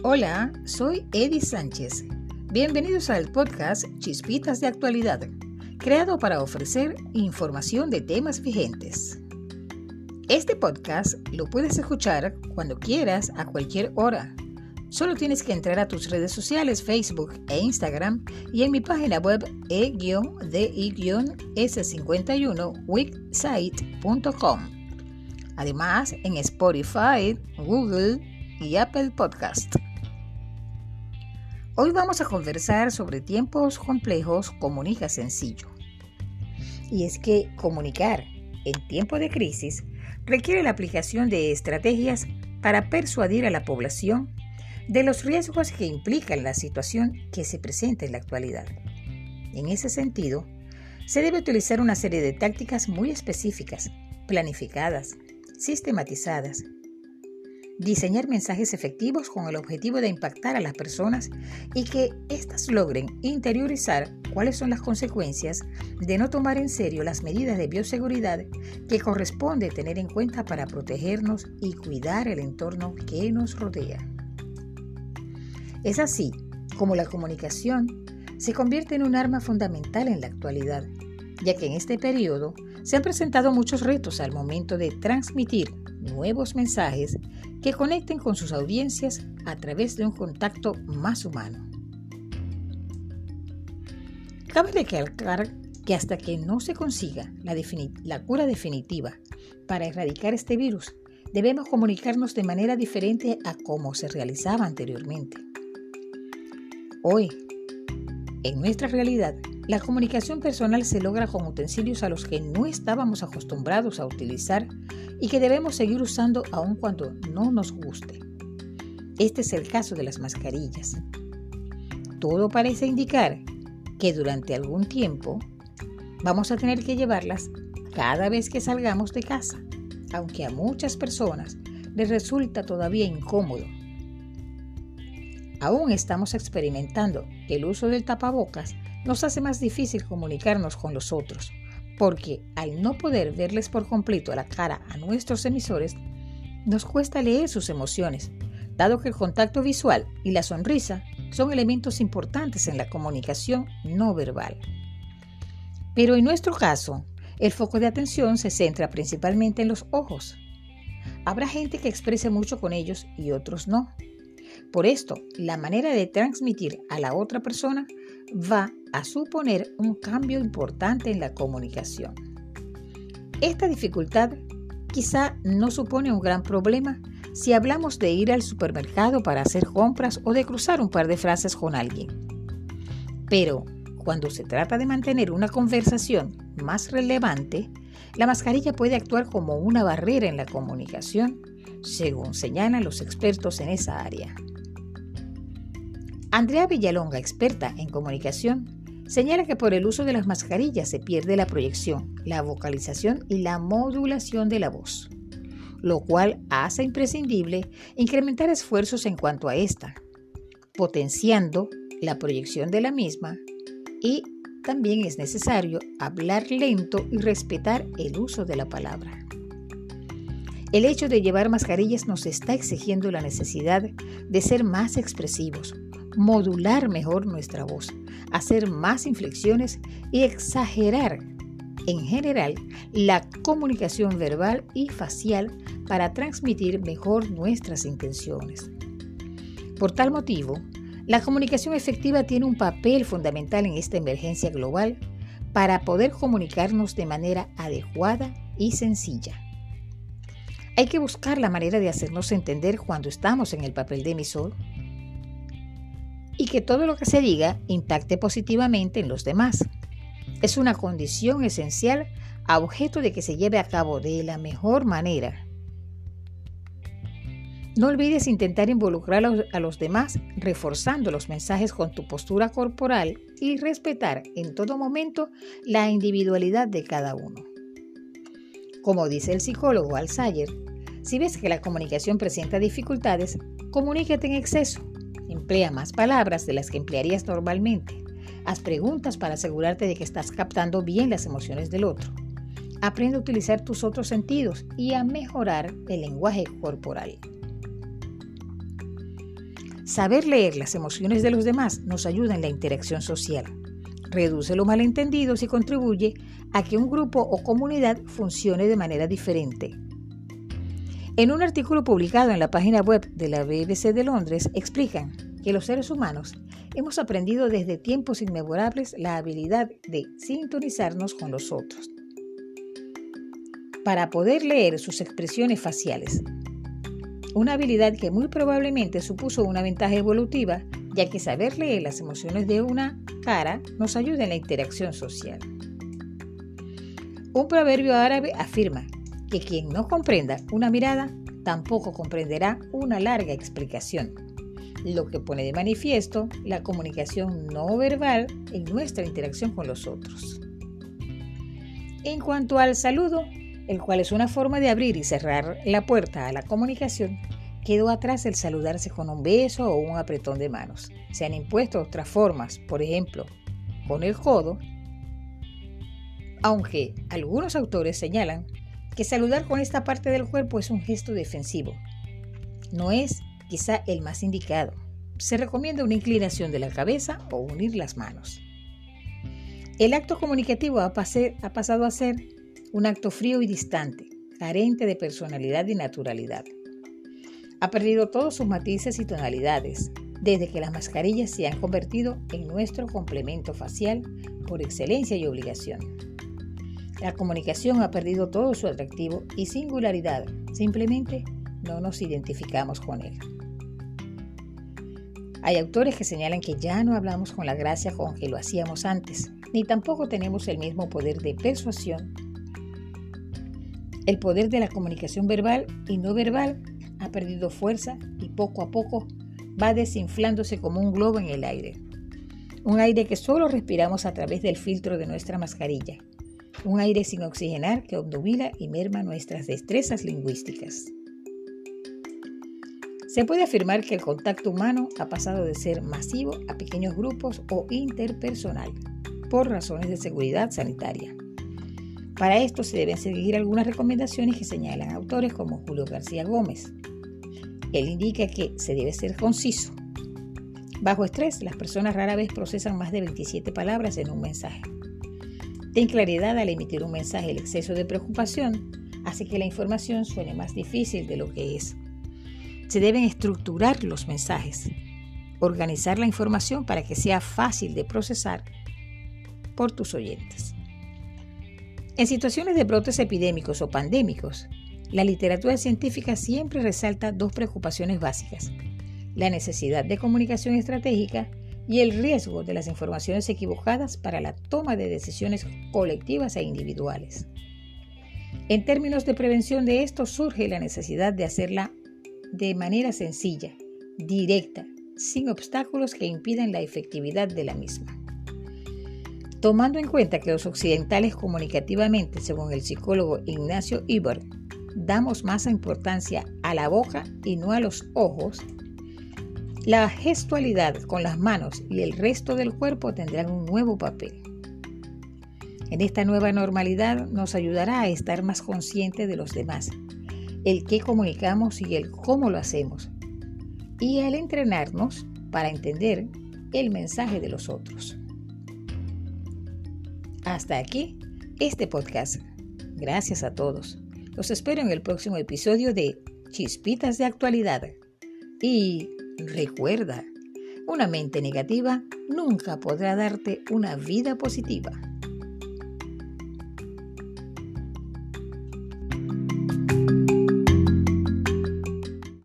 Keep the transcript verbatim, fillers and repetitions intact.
Hola, soy Edi Sánchez. Bienvenidos al podcast Chispitas de Actualidad, creado para ofrecer información de temas vigentes. Este podcast lo puedes escuchar cuando quieras, a cualquier hora. Solo tienes que entrar a tus redes sociales, Facebook e Instagram, y en mi página web e d i s cincuenta y uno wixsite punto com. Además, en Spotify, Google y Apple Podcast. Hoy vamos a conversar sobre tiempos complejos, comunica sencillo. Y es que comunicar en tiempo de crisis requiere la aplicación de estrategias para persuadir a la población de los riesgos que implica la situación que se presenta en la actualidad. En ese sentido, se debe utilizar una serie de tácticas muy específicas, planificadas, sistematizadas. Diseñar mensajes efectivos con el objetivo de impactar a las personas y que éstas logren interiorizar cuáles son las consecuencias de no tomar en serio las medidas de bioseguridad que corresponde tener en cuenta para protegernos y cuidar el entorno que nos rodea. Es así como la comunicación se convierte en un arma fundamental en la actualidad, ya que en este periodo se han presentado muchos retos al momento de transmitir nuevos mensajes que conecten con sus audiencias a través de un contacto más humano. Cabe recalcar que hasta que no se consiga la, defini- la cura definitiva para erradicar este virus, debemos comunicarnos de manera diferente a como se realizaba anteriormente. Hoy, en nuestra realidad, la comunicación personal se logra con utensilios a los que no estábamos acostumbrados a utilizar y que debemos seguir usando aun cuando no nos guste. Este es el caso de las mascarillas. Todo parece indicar que durante algún tiempo vamos a tener que llevarlas cada vez que salgamos de casa, aunque a muchas personas les resulta todavía incómodo. Aún estamos experimentando que el uso del tapabocas nos hace más difícil comunicarnos con los otros, porque al no poder verles por completo a la cara a nuestros emisores, nos cuesta leer sus emociones, dado que el contacto visual y la sonrisa son elementos importantes en la comunicación no verbal. Pero en nuestro caso, el foco de atención se centra principalmente en los ojos. Habrá gente que exprese mucho con ellos y otros no. Por esto, la manera de transmitir a la otra persona va a suponer un cambio importante en la comunicación. Esta dificultad quizá no supone un gran problema si hablamos de ir al supermercado para hacer compras o de cruzar un par de frases con alguien. Pero cuando se trata de mantener una conversación más relevante, la mascarilla puede actuar como una barrera en la comunicación, según señalan los expertos en esa área. Andrea Villalonga, experta en comunicación, señala que por el uso de las mascarillas se pierde la proyección, la vocalización y la modulación de la voz, lo cual hace imprescindible incrementar esfuerzos en cuanto a esta, potenciando la proyección de la misma, y también es necesario hablar lento y respetar el uso de la palabra. El hecho de llevar mascarillas nos está exigiendo la necesidad de ser más expresivos, modular mejor nuestra voz, hacer más inflexiones y exagerar, en general, la comunicación verbal y facial para transmitir mejor nuestras intenciones. Por tal motivo, la comunicación efectiva tiene un papel fundamental en esta emergencia global para poder comunicarnos de manera adecuada y sencilla. Hay que buscar la manera de hacernos entender cuando estamos en el papel de emisor y que todo lo que se diga impacte positivamente en los demás. Es una condición esencial a objeto de que se lleve a cabo de la mejor manera. No olvides intentar involucrar a los demás reforzando los mensajes con tu postura corporal y respetar en todo momento la individualidad de cada uno. Como dice el psicólogo Alzheimer, si ves que la comunicación presenta dificultades, comunícate en exceso. Emplea más palabras de las que emplearías normalmente. Haz preguntas para asegurarte de que estás captando bien las emociones del otro. Aprende a utilizar tus otros sentidos y a mejorar el lenguaje corporal. Saber leer las emociones de los demás nos ayuda en la interacción social, reduce los malentendidos y contribuye a que un grupo o comunidad funcione de manera diferente. En un artículo publicado en la página web de la B B C de Londres, explican que los seres humanos hemos aprendido desde tiempos inmemorables la habilidad de sintonizarnos con los otros para poder leer sus expresiones faciales. Una habilidad que muy probablemente supuso una ventaja evolutiva, ya que saber leer las emociones de una cara nos ayuda en la interacción social. Un proverbio árabe afirma que quien no comprenda una mirada tampoco comprenderá una larga explicación, lo que pone de manifiesto la comunicación no verbal en nuestra interacción con los otros. En cuanto al saludo, el cual es una forma de abrir y cerrar la puerta a la comunicación, quedó atrás el saludarse con un beso o un apretón de manos. Se han impuesto otras formas, por ejemplo, con el codo, aunque algunos autores señalan que saludar con esta parte del cuerpo es un gesto defensivo. No es quizá el más indicado. Se recomienda una inclinación de la cabeza o unir las manos. El acto comunicativo ha, pase, ha pasado a ser un acto frío y distante, carente de personalidad y naturalidad. Ha perdido todos sus matices y tonalidades, desde que las mascarillas se han convertido en nuestro complemento facial por excelencia y obligación. La comunicación ha perdido todo su atractivo y singularidad, simplemente no nos identificamos con él. Hay autores que señalan que ya no hablamos con la gracia con que lo hacíamos antes, ni tampoco tenemos el mismo poder de persuasión. El poder de la comunicación verbal y no verbal ha perdido fuerza y poco a poco va desinflándose como un globo en el aire. Un aire que solo respiramos a través del filtro de nuestra mascarilla. Un aire sin oxigenar que obnubila y merma nuestras destrezas lingüísticas. Se puede afirmar que el contacto humano ha pasado de ser masivo a pequeños grupos o interpersonal, por razones de seguridad sanitaria. Para esto se deben seguir algunas recomendaciones que señalan autores como Julio García Gómez. Él indica que se debe ser conciso. Bajo estrés, las personas rara vez procesan más de veintisiete palabras en un mensaje. Ten claridad al emitir un mensaje. El exceso de preocupación hace que la información suene más difícil de lo que es. Se deben estructurar los mensajes, organizar la información para que sea fácil de procesar por tus oyentes. En situaciones de brotes epidémicos o pandémicos, la literatura científica siempre resalta dos preocupaciones básicas: la necesidad de comunicación estratégica y el riesgo de las informaciones equivocadas para la toma de decisiones colectivas e individuales. En términos de prevención de esto, surge la necesidad de hacerla de manera sencilla, directa, sin obstáculos que impidan la efectividad de la misma. Tomando en cuenta que los occidentales comunicativamente, según el psicólogo Ignacio Ibor, damos más importancia a la boca y no a los ojos, la gestualidad con las manos y el resto del cuerpo tendrán un nuevo papel. En esta nueva normalidad nos ayudará a estar más conscientes de los demás, el qué comunicamos y el cómo lo hacemos, y al entrenarnos para entender el mensaje de los otros. Hasta aquí este podcast. Gracias a todos. Los espero en el próximo episodio de Chispitas de Actualidad. Y recuerda, una mente negativa nunca podrá darte una vida positiva.